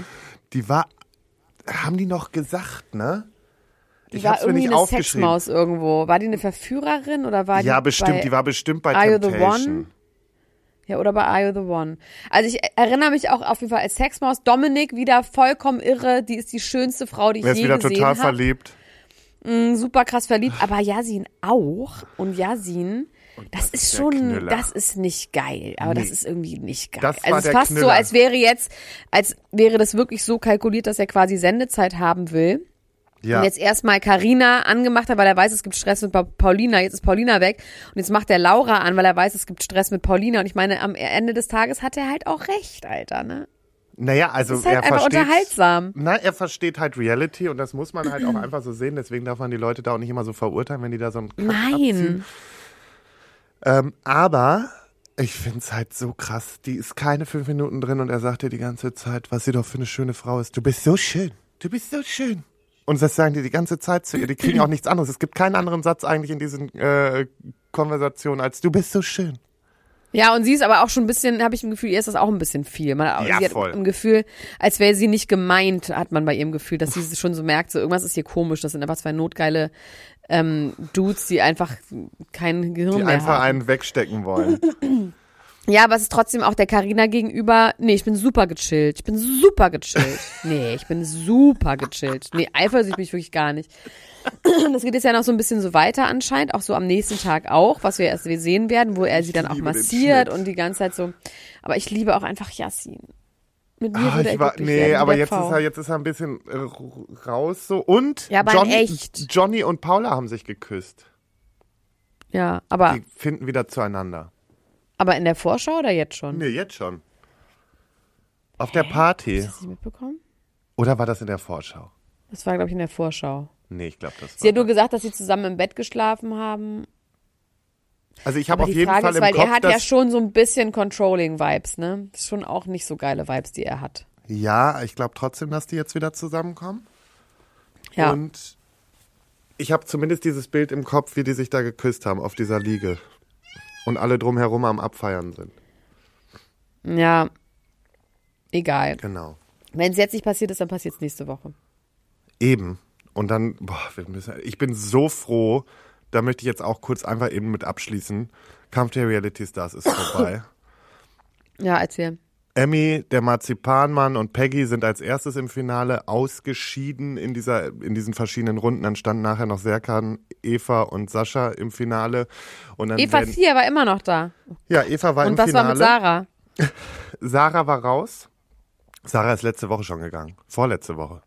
Haben die noch gesagt, ne? Die war irgendwie eine Sexmaus irgendwo. War die eine Verführerin oder war die bestimmt, die war bestimmt bei Are You Temptation. the One? Ja, oder bei Are You the One? Also ich erinnere mich auch auf jeden Fall als Sexmaus. Dominik wieder vollkommen irre. Die ist die schönste Frau, die ich je gesehen habe. Er ist wieder total verliebt. Super krass verliebt. Aber Yasin auch. Und Yasin, das ist schon, Knüller. Das ist nicht geil. Aber das ist irgendwie nicht geil. Das war also es ist der fast Knüller. so, als wäre das wirklich so kalkuliert, dass er quasi Sendezeit haben will. Ja. Und jetzt erstmal Carina angemacht hat, weil er weiß, es gibt Stress mit Paulina. Jetzt ist Paulina weg. Und jetzt macht er Laura an, weil er weiß, es gibt Stress mit Paulina. Und ich meine, am Ende des Tages hat er halt auch recht, Alter, ne? Naja, also das ist halt einfach unterhaltsam. Er versteht halt Reality und das muss man halt auch einfach so sehen. Deswegen darf man die Leute da auch nicht immer so verurteilen, wenn die da so einen Kack abziehen. Aber ich finde es halt so krass. Die ist keine 5 Minuten drin und er sagt ihr die ganze Zeit, was sie doch für eine schöne Frau ist. Du bist so schön. Du bist so schön. Und das sagen die ganze Zeit zu ihr. Die kriegen auch nichts anderes. Es gibt keinen anderen Satz eigentlich in diesen Konversationen als du bist so schön. Ja, und sie ist aber auch schon ein bisschen, habe ich im Gefühl, ihr ist das auch ein bisschen viel. Sie hat voll. im Gefühl, als wäre sie nicht gemeint, hat man bei ihrem Gefühl, dass sie schon so merkt, so irgendwas ist hier komisch. Das sind einfach 2 notgeile Dudes, die einfach kein Gehirn Die mehr einfach haben. einen wegstecken wollen. Ja, aber es ist trotzdem auch der Carina gegenüber. Nee, ich bin super gechillt. Nee, ich bin super gechillt. Nee, eifersüchtig bin ich wirklich gar nicht. Das geht jetzt ja noch so ein bisschen so weiter anscheinend, auch so am nächsten Tag auch, was wir erst sehen werden, wo er sie dann auch massiert und die ganze Zeit so. Aber ich liebe auch einfach Yassin. Mit mir würde er glücklich werden, aber der jetzt ist er ein bisschen raus so. Und ja, aber in echt. Johnny und Paula haben sich geküsst. Ja, aber. Die finden wieder zueinander. Aber in der Vorschau oder jetzt schon? Nee, jetzt schon. Auf der Party. Hast du das nicht mitbekommen? Oder war das in der Vorschau? Das war, glaube ich, in der Vorschau. Nee, ich glaube, das war. Sie hat nur gesagt, dass sie zusammen im Bett geschlafen haben. Also ich habe auf die jeden Frage Fall ist, im weil Kopf, er hat dass ja schon so ein bisschen Controlling-Vibes, ne? Das ist schon auch nicht so geile Vibes, die er hat. Ja, ich glaube trotzdem, dass die jetzt wieder zusammenkommen. Ja. Und ich habe zumindest dieses Bild im Kopf, wie die sich da geküsst haben auf dieser Liege. Und alle drumherum am Abfeiern sind. Ja. Egal. Genau. Wenn es jetzt nicht passiert ist, dann passiert es nächste Woche. Eben. Und dann, ich bin so froh, da möchte ich jetzt auch kurz einfach eben mit abschließen. Kampf der Reality Stars ist vorbei. Ja, erzähl. Emmy, der Marzipanmann und Peggy sind als erstes im Finale ausgeschieden in diesen verschiedenen Runden. Dann standen nachher noch Serkan, Eva und Sascha im Finale. Und dann Eva Zier war immer noch da. Ja, Eva war im Und was Finale. war mit Sarah? Sarah war raus. Sarah ist letzte Woche schon gegangen. Vorletzte Woche.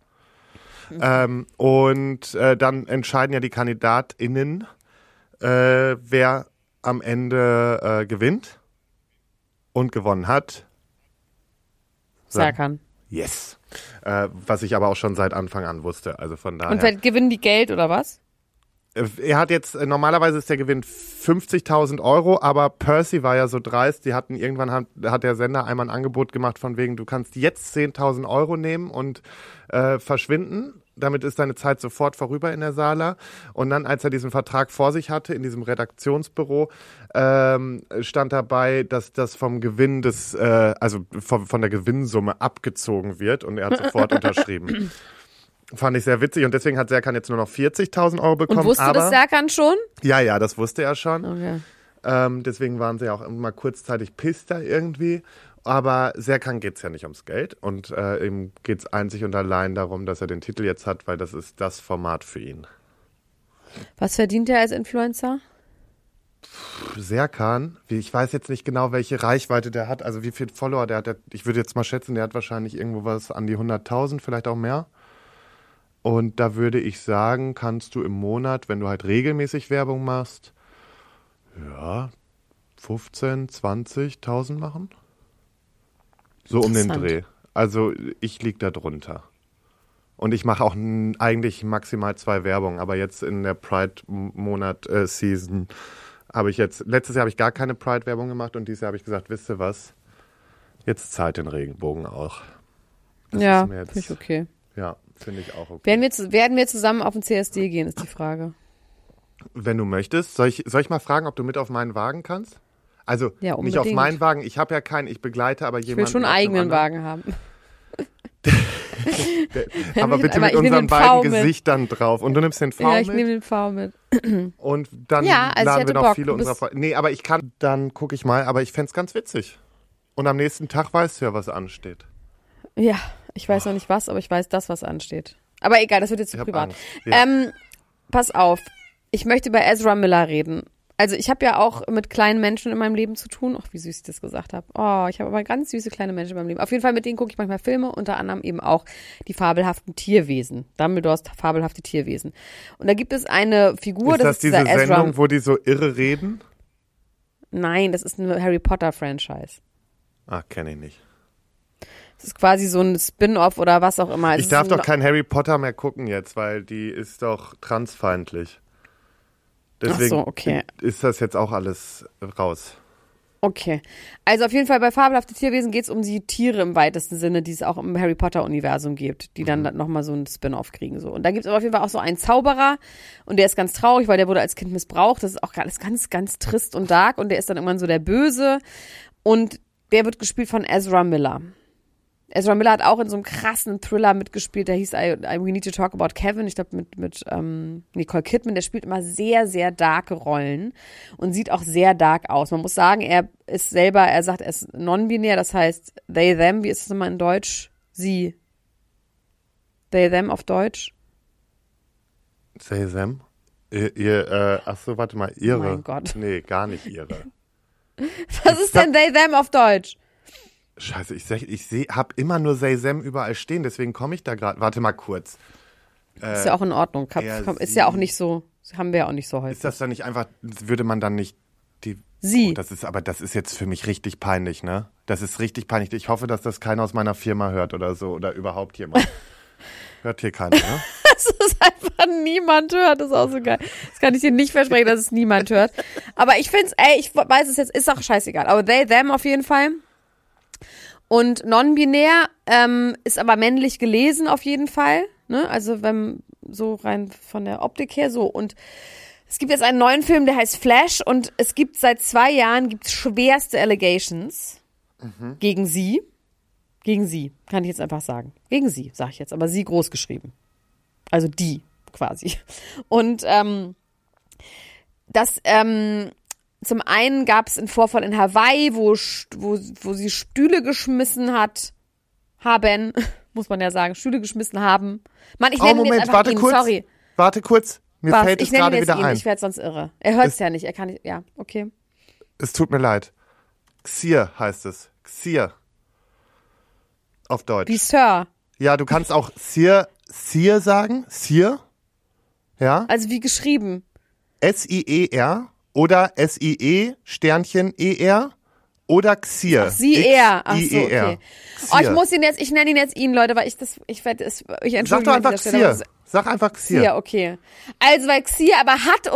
Und dann entscheiden ja die KandidatInnen, wer am Ende gewinnt und gewonnen hat. Serkan. Yes. Was ich aber auch schon seit Anfang an wusste. Also von daher. Und gewinnen die Geld oder was? Er hat jetzt, normalerweise ist der Gewinn 50.000 Euro, aber Percy war ja so dreist, irgendwann hat der Sender einmal ein Angebot gemacht von wegen, du kannst jetzt 10.000 Euro nehmen und verschwinden. Damit ist deine Zeit sofort vorüber in der Sala. Und dann, als er diesen Vertrag vor sich hatte, in diesem Redaktionsbüro, stand dabei, dass das vom Gewinn von der Gewinnsumme abgezogen wird. Und er hat sofort unterschrieben. Fand ich sehr witzig. Und deswegen hat Serkan jetzt nur noch 40.000 Euro bekommen. Und wusste das Serkan schon? Ja, das wusste er schon. Okay. Deswegen waren sie ja auch immer kurzzeitig pisst da irgendwie. Aber Serkan geht es ja nicht ums Geld und ihm geht es einzig und allein darum, dass er den Titel jetzt hat, weil das ist das Format für ihn. Was verdient er als Influencer? Serkan, ich weiß jetzt nicht genau, welche Reichweite der hat, also wie viele Follower der hat. Ich würde jetzt mal schätzen, der hat wahrscheinlich irgendwo was an die 100.000, vielleicht auch mehr. Und da würde ich sagen, kannst du im Monat, wenn du halt regelmäßig Werbung machst, ja, 15.000, 20.000 machen. So um den Dreh. Also ich liege da drunter. Und ich mache auch eigentlich maximal 2 Werbungen. Aber jetzt in der Pride-Monat-Season letztes Jahr habe ich gar keine Pride-Werbung gemacht und dieses Jahr habe ich gesagt, wisst ihr was, jetzt zahlt den Regenbogen auch. Das ja, finde ich okay. Ja, finde ich auch okay. Werden wir zusammen auf den CSD gehen, ist die Frage. Wenn du möchtest. Soll ich mal fragen, ob du mit auf meinen Wagen kannst? Also ja, nicht auf meinen Wagen, ich habe ja keinen, ich begleite aber jemanden. Ich will schon einen eigenen Wagen haben. Aber bitte mit unseren beiden Gesichtern drauf. Und du nimmst den V mit? Ja, ich nehme den V mit. Und dann laden wir noch viele unserer Freunde. Nee, aber dann gucke ich mal, aber ich fände es ganz witzig. Und am nächsten Tag weißt du ja, was ansteht. Ja, ich weiß noch nicht was, aber ich weiß das, was ansteht. Aber egal, das wird jetzt zu privat. Ja. Pass auf, ich möchte über Ezra Miller reden. Also ich habe ja auch mit kleinen Menschen in meinem Leben zu tun. Ach, wie süß ich das gesagt habe. Oh, ich habe aber ganz süße kleine Menschen in meinem Leben. Auf jeden Fall, mit denen gucke ich manchmal Filme, unter anderem eben auch die fabelhaften Tierwesen. Dumbledores fabelhafte Tierwesen. Und da gibt es eine Figur, das ist diese Sendung, wo die so irre reden? Nein, das ist ein Harry Potter Franchise. Ach, kenne ich nicht. Das ist quasi so ein Spin-off oder was auch immer. Ich darf doch kein Harry Potter mehr gucken jetzt, weil die ist doch transfeindlich. Deswegen ach so, okay. Ist das jetzt auch alles raus. Okay. Also auf jeden Fall bei Fabelhafte Tierwesen geht es um die Tiere im weitesten Sinne, die es auch im Harry Potter-Universum gibt, die dann nochmal so ein Spin-off kriegen. So. Und da gibt es aber auf jeden Fall auch so einen Zauberer und der ist ganz traurig, weil der wurde als Kind missbraucht. Das ist auch alles ganz, ganz trist und dark und der ist dann irgendwann so der Böse und der wird gespielt von Ezra Miller. Ezra Miller hat auch in so einem krassen Thriller mitgespielt, der hieß We Need to Talk About Kevin, ich glaube mit Nicole Kidman, der spielt immer sehr, sehr darke Rollen und sieht auch sehr dark aus. Man muss sagen, er sagt, er ist non-binär, das heißt they, them, wie ist es nochmal in Deutsch? Sie. They, them auf Deutsch? They, them? Ach so, warte mal, ihre. Oh mein Gott. Nee, gar nicht ihre. Was ist denn they, them auf Deutsch? Scheiße, ich habe immer nur Say Them überall stehen, deswegen komme ich da gerade. Warte mal kurz. Ist ja auch in Ordnung. Ist ja auch nicht so, haben wir ja auch nicht so häufig. Ist das dann nicht einfach, würde man dann nicht die... Sie. Das ist jetzt für mich richtig peinlich, ne? Das ist richtig peinlich. Ich hoffe, dass das keiner aus meiner Firma hört oder so oder überhaupt jemand. Hört hier keiner, ne? Dass es einfach niemand hört, ist auch so geil. Das kann ich dir nicht versprechen, dass es niemand hört. Aber ich finde es, ich weiß es jetzt, ist auch scheißegal. Aber they, them auf jeden Fall. Und non-binär ist aber männlich gelesen auf jeden Fall, ne? Also wenn so rein von der Optik her so. Und es gibt jetzt einen neuen Film, der heißt Flash und es gibt seit 2 Jahren schwerste Allegations gegen sie. Gegen sie, kann ich jetzt einfach sagen. Gegen sie, sage ich jetzt, aber sie groß geschrieben. Also die quasi. Und zum einen gab es einen Vorfall in Hawaii, wo sie Stühle geschmissen haben, muss man ja sagen, Stühle geschmissen haben. Mann, ich nenne ihn jetzt einfach ihn, sorry. Warte kurz, mir fällt es gerade wieder ein. Ich werde sonst irre. Er hört es ja nicht, er kann nicht, ja, okay. Es tut mir leid. Xier heißt es. Xier. Auf Deutsch. Wie Sir. Ja, du kannst auch Xier sagen. Xier. Ja. Also wie geschrieben. S-I-E-R oder S-I-E-ER oder Xier. Ach, sie er. Ach so, X-I-E-R. okay. Oh, ich nenne ihn jetzt ihn, Leute, weil ich entschuldige Sag doch einfach Xier. Sag einfach Xier. Xier, okay. Also, weil Xier aber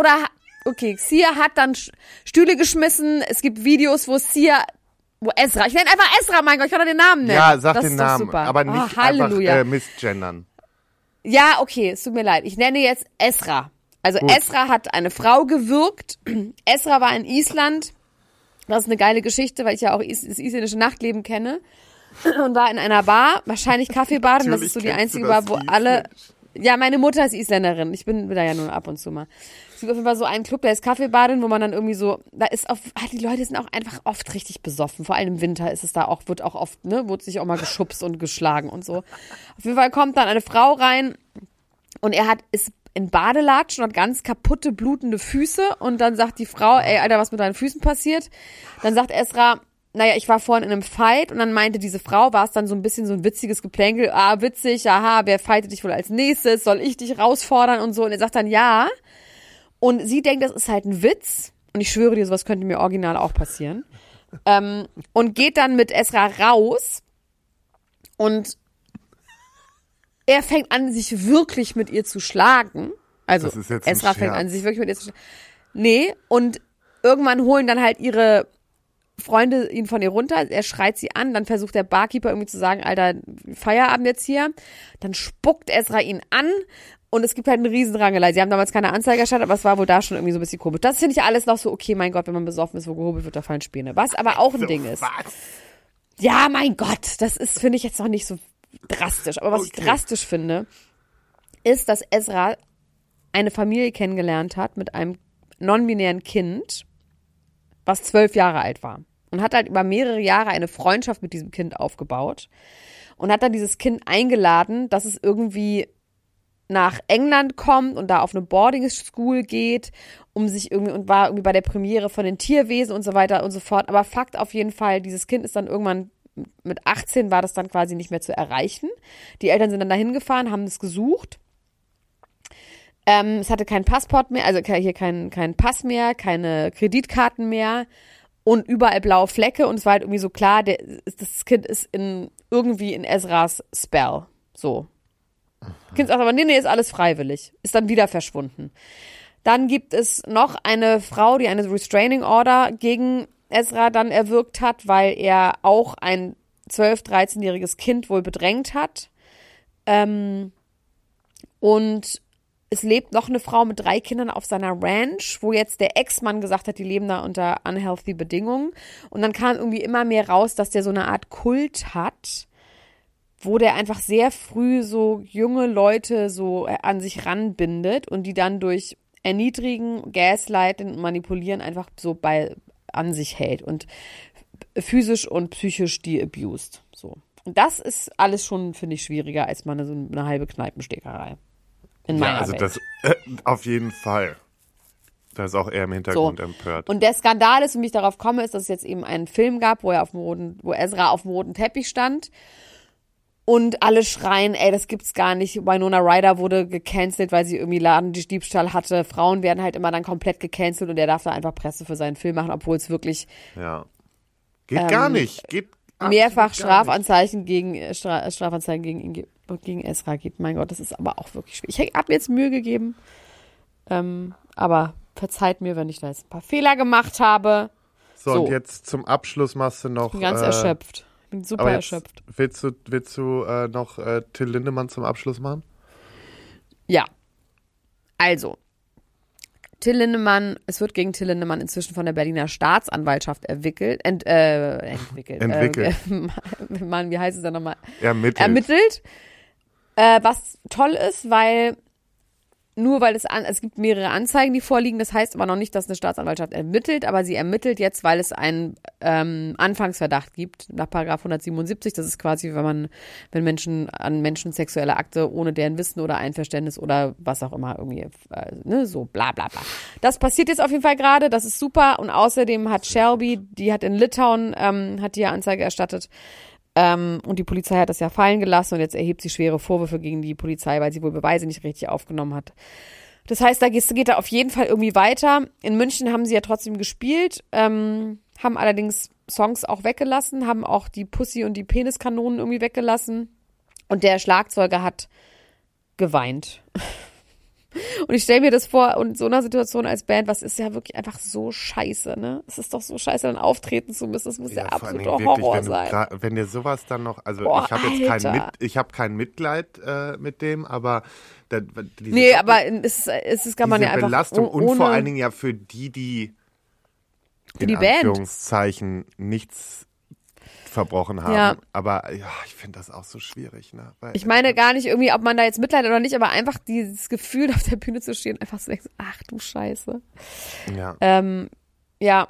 Xier hat dann Stühle geschmissen. Es gibt Videos, wo Ezra, ich nenne einfach Ezra, mein Gott, ich kann doch den Namen nennen. Ja, sag das den Namen, super. aber nicht einfach misgendern. Ja, okay, es tut mir leid. Ich nenne jetzt Ezra. Also gut. Ezra hat eine Frau gewürgt. Ezra war in Island. Das ist eine geile Geschichte, weil ich ja auch das isländische Nachtleben kenne. Und war in einer Bar, wahrscheinlich Kaffeebaden. Das ist so die einzige Bar, wo alle... Ja, meine Mutter ist Isländerin. Ich bin da ja nur ab und zu mal. Es gibt auf jeden Fall so einen Club, der ist Kaffeebaden, wo man dann irgendwie so, die Leute sind auch einfach oft richtig besoffen. Vor allem im Winter ist es da auch, wird auch oft, wurde sich auch mal geschubst und geschlagen und so. Auf jeden Fall kommt dann eine Frau rein und ist in Badelatschen und hat ganz kaputte, blutende Füße und dann sagt die Frau, ey, Alter, was mit deinen Füßen passiert? Dann sagt Ezra, naja, ich war vorhin in einem Fight und dann meinte diese Frau, war es dann so ein bisschen so ein witziges Geplänkel, witzig, aha, wer fightet dich wohl als nächstes, soll ich dich herausfordern und so und er sagt dann ja und sie denkt, das ist halt ein Witz und ich schwöre dir, sowas könnte mir original auch passieren und geht dann mit Ezra raus und er fängt an, sich wirklich mit ihr zu schlagen, also Ezra fängt an, sich wirklich mit ihr zu schlagen, und irgendwann holen dann halt ihre Freunde ihn von ihr runter, er schreit sie an, dann versucht der Barkeeper irgendwie zu sagen, Alter, Feierabend jetzt hier, dann spuckt Ezra ihn an und es gibt halt eine Riesenrangelei. Sie haben damals keine Anzeige erstattet, aber es war wohl da schon irgendwie so ein bisschen komisch. Das finde ich alles noch so, okay, mein Gott, wenn man besoffen ist, wo gehobelt wird, da fallen Späne. Was aber auch ein Ding ist. Was? Ja, mein Gott, das ist, finde ich jetzt noch nicht so drastisch. Aber was ich drastisch finde, ist, dass Ezra eine Familie kennengelernt hat mit einem non-binären Kind, was 12 Jahre alt war. Und hat halt über mehrere Jahre eine Freundschaft mit diesem Kind aufgebaut. Und hat dann dieses Kind eingeladen, dass es irgendwie nach England kommt und da auf eine Boarding School geht, und war irgendwie bei der Premiere von den Tierwesen und so weiter und so fort. Aber Fakt auf jeden Fall, dieses Kind ist dann irgendwann, mit 18 war das dann quasi nicht mehr zu erreichen. Die Eltern sind dann dahin gefahren, haben es gesucht. Es hatte kein Passport mehr, also hier kein Pass mehr, keine Kreditkarten mehr und überall blaue Flecke und es war halt irgendwie so klar, das Kind ist irgendwie in Ezras Spell, so. Kind sagt aber, nee, ist alles freiwillig, ist dann wieder verschwunden. Dann gibt es noch eine Frau, die eine Restraining Order gegen Ezra dann erwirkt hat, weil er auch ein 12-, 13-jähriges Kind wohl bedrängt hat. Und es lebt noch eine Frau mit 3 Kindern auf seiner Ranch, wo jetzt der Ex-Mann gesagt hat, die leben da unter unhealthy Bedingungen. Und dann kam irgendwie immer mehr raus, dass der so eine Art Kult hat, wo der einfach sehr früh so junge Leute so an sich ranbindet und die dann durch Erniedrigen, Gaslighten und Manipulieren einfach so an sich hält und physisch und psychisch die abused. So. Und das ist alles schon, finde ich, schwieriger als mal so eine halbe Kneipenstekerei. In meiner Welt. Das auf jeden Fall. Da ist auch eher im Hintergrund empört. Und der Skandal ist, wie ich darauf komme, ist, dass es jetzt eben einen Film gab, wo Ezra auf dem roten Teppich stand und alle schreien, ey, das gibt's gar nicht. Winona Ryder wurde gecancelt, weil sie irgendwie Ladendiebstahl hatte. Frauen werden halt immer dann komplett gecancelt und er darf da einfach Presse für seinen Film machen, obwohl es wirklich geht gar nicht. Geht mehrfach Strafanzeigen gegen Ezra gibt. Mein Gott, das ist aber auch wirklich schwierig. Ich habe mir jetzt Mühe gegeben, aber verzeiht mir, wenn ich da jetzt ein paar Fehler gemacht habe. So, und jetzt zum Abschluss machst du noch... Ich bin ganz erschöpft. Ich bin super erschöpft. Willst du noch Till Lindemann zum Abschluss machen? Ja. Also, Till Lindemann, es wird gegen Till Lindemann inzwischen von der Berliner Staatsanwaltschaft entwickelt. Mann, wie heißt es denn nochmal? Ermittelt. Was toll ist, weil es gibt mehrere Anzeigen, die vorliegen. Das heißt aber noch nicht, dass eine Staatsanwaltschaft ermittelt, aber sie ermittelt jetzt, weil es einen Anfangsverdacht gibt nach § 177. Das ist quasi, wenn Menschen sexuelle Akte ohne deren Wissen oder Einverständnis oder was auch immer irgendwie, so bla bla bla. Das passiert jetzt auf jeden Fall gerade, das ist super. Und außerdem hat Shelby, die hat in Litauen, hat die ja Anzeige erstattet. Und die Polizei hat das ja fallen gelassen und jetzt erhebt sie schwere Vorwürfe gegen die Polizei, weil sie wohl Beweise nicht richtig aufgenommen hat. Das heißt, da geht er auf jeden Fall irgendwie weiter. In München haben sie ja trotzdem gespielt, haben allerdings Songs auch weggelassen, haben auch die Pussy- und die Peniskanonen irgendwie weggelassen. Und der Schlagzeuger hat geweint. Und ich stelle mir das vor, und so einer Situation als Band, was ist ja wirklich einfach so scheiße, ne? Es ist doch so scheiße, dann auftreten zu müssen. Das muss ja absoluter Horror sein. Wenn dir sowas dann noch, also boah, ich habe kein Mitleid mit dem, aber aber es kann man ja einfach Belastung und vor allen Dingen ja für die in Anführungszeichen nichts verbrochen haben. Ja. Aber ja, ich finde das auch so schwierig. Ne? Ich meine gar nicht irgendwie, ob man da jetzt Mitleid oder nicht, aber einfach dieses Gefühl, auf der Bühne zu stehen, einfach so denkst, ach du Scheiße. Ja. Ja.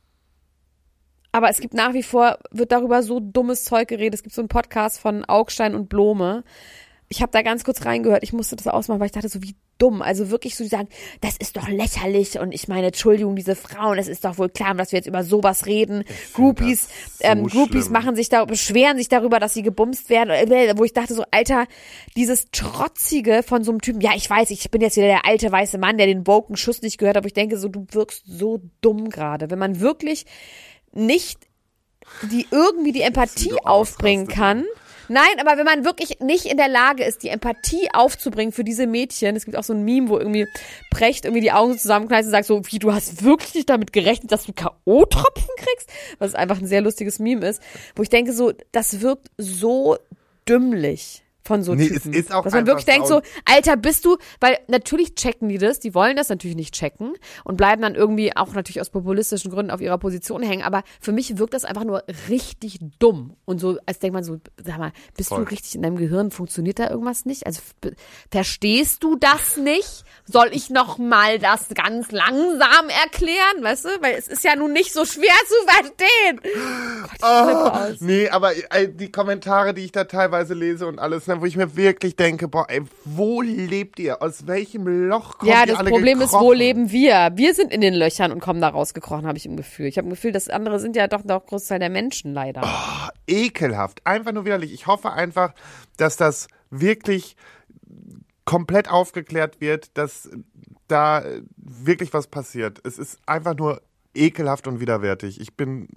Aber es gibt nach wie vor, wird darüber so dummes Zeug geredet. Es gibt so einen Podcast von Augstein und Blome. Ich habe da ganz kurz reingehört. Ich musste das ausmachen, weil ich dachte so, wie dumm. Also wirklich so, die sagen, das ist doch lächerlich. Und ich meine, Entschuldigung, diese Frauen, es ist doch wohl klar, dass wir jetzt über sowas reden. Groupies beschweren sich darüber, dass sie gebumst werden. Wo ich dachte so, Alter, dieses Trotzige von so einem Typen, ja, ich weiß, ich bin jetzt wieder der alte weiße Mann, der den woken Schuss nicht gehört hat. Aber ich denke so, du wirkst so dumm gerade. Wenn man wirklich nicht irgendwie die Empathie aufbringen kann. Nein, aber wenn man wirklich nicht in der Lage ist, die Empathie aufzubringen für diese Mädchen, es gibt auch so ein Meme, wo irgendwie Precht irgendwie die Augen zusammenkneißt und sagt so, wie, du hast wirklich nicht damit gerechnet, dass du K.O.-Tropfen kriegst? Was einfach ein sehr lustiges Meme ist, wo ich denke so, das wirkt so dümmlich von so Typen. Es ist auch dass man wirklich denkt so, Alter, bist du, weil natürlich checken die wollen das natürlich nicht checken und bleiben dann irgendwie auch natürlich aus populistischen Gründen auf ihrer Position hängen, aber für mich wirkt das einfach nur richtig dumm und so, als denkt man so, sag mal, bist du richtig in deinem Gehirn, funktioniert da irgendwas nicht? Also verstehst du das nicht? Soll ich noch mal das ganz langsam erklären, weißt du? Weil es ist ja nun nicht so schwer zu verstehen. Nee, aber die Kommentare, die ich da teilweise lese und alles, wo ich mir wirklich denke, boah, ey, wo lebt ihr? Aus welchem Loch kommt ihr alle gekrochen? Ja, das Problem ist, wo leben wir? Wir sind in den Löchern und kommen da rausgekrochen, habe ich im Gefühl. Ich habe ein Gefühl, das andere sind ja doch noch Großteil der Menschen leider. Oh, ekelhaft. Einfach nur widerlich. Ich hoffe einfach, dass das wirklich komplett aufgeklärt wird, dass da wirklich was passiert. Es ist einfach nur ekelhaft und widerwärtig. Ich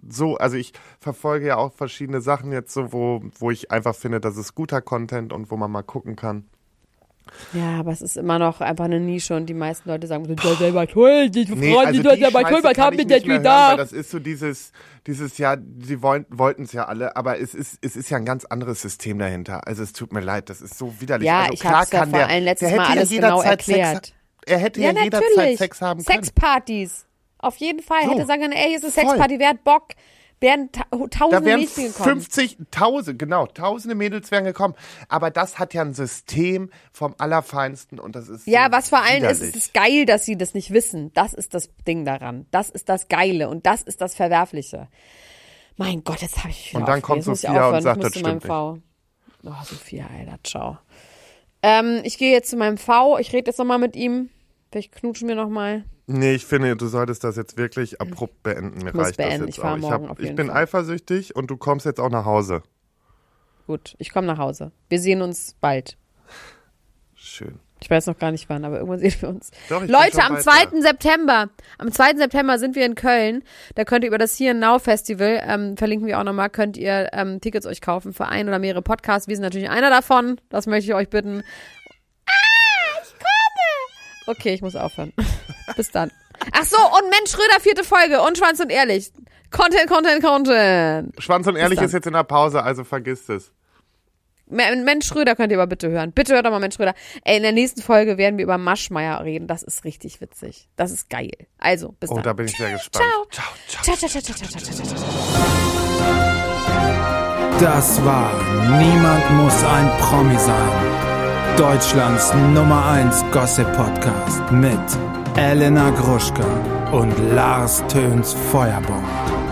verfolge ja auch verschiedene Sachen jetzt so, wo ich einfach finde, das ist guter Content und wo man mal gucken kann. Ja, aber es ist immer noch einfach eine Nische und die meisten Leute sagen, du bist selber toll, die Frauen, die sind selber toll, was haben wir denn gedacht? Das ist so dieses ja, sie wollten es ja alle, aber es ist ja ein ganz anderes System dahinter. Also es tut mir leid, das ist so widerlich. Ja, also, ich habe es ja vor allem letztes Mal alles genau erklärt. Er hätte ja jederzeit Sex haben können. Sexpartys. Auf jeden Fall. So, hätte sagen können, ey, hier ist eine Sexparty, wer hat Bock? Wären tausende Mädchen gekommen. 50.000, tausende Mädels wären gekommen. Aber das hat ja ein System vom Allerfeinsten und das ist ja, so was vor allem ist, es ist geil, dass sie das nicht wissen. Das ist das Ding daran. Das ist das Geile und das ist das Verwerfliche. Mein Gott, jetzt habe ich wieder und dann kommt Sophia und sagt, das stimmt nicht. Oh, Sophia, Alter, ciao. Ich gehe jetzt zu meinem V. Ich rede jetzt nochmal mit ihm. Vielleicht knutschen wir nochmal. Nee, ich finde, du solltest das jetzt wirklich abrupt beenden. Mir reicht das jetzt. Ich fahre morgen auf jeden Fall. Ich bin eifersüchtig und du kommst jetzt auch nach Hause. Gut, ich komme nach Hause. Wir sehen uns bald. Schön. Ich weiß noch gar nicht wann, aber irgendwann sehen wir uns. Doch, Leute, am 2. September. Am 2. September sind wir in Köln. Da könnt ihr über das Here Now Festival, verlinken wir auch nochmal, könnt ihr Tickets euch kaufen für ein oder mehrere Podcasts. Wir sind natürlich einer davon. Das möchte ich euch bitten. Ich komme! Okay, ich muss aufhören. Bis dann. Ach so, und Mensch Schröder, 4. Folge und Schwanz und Ehrlich. Content. Schwanz und Ehrlich ist jetzt in der Pause, also vergisst es. Mensch Schröder könnt ihr aber bitte hören. Bitte hört doch mal Mensch Schröder. Ey, in der nächsten Folge werden wir über Maschmeyer reden. Das ist richtig witzig. Das ist geil. Also, bis dann. Oh, da bin ich sehr gespannt. Ciao. Ciao, ciao. Ciao, ciao, ciao, ciao, ciao, ciao, ciao. Das war Niemand muss ein Promi sein. Deutschlands Nummer 1 Gossip-Podcast mit Elena Gruschka und Lars Töns Feuerbomb.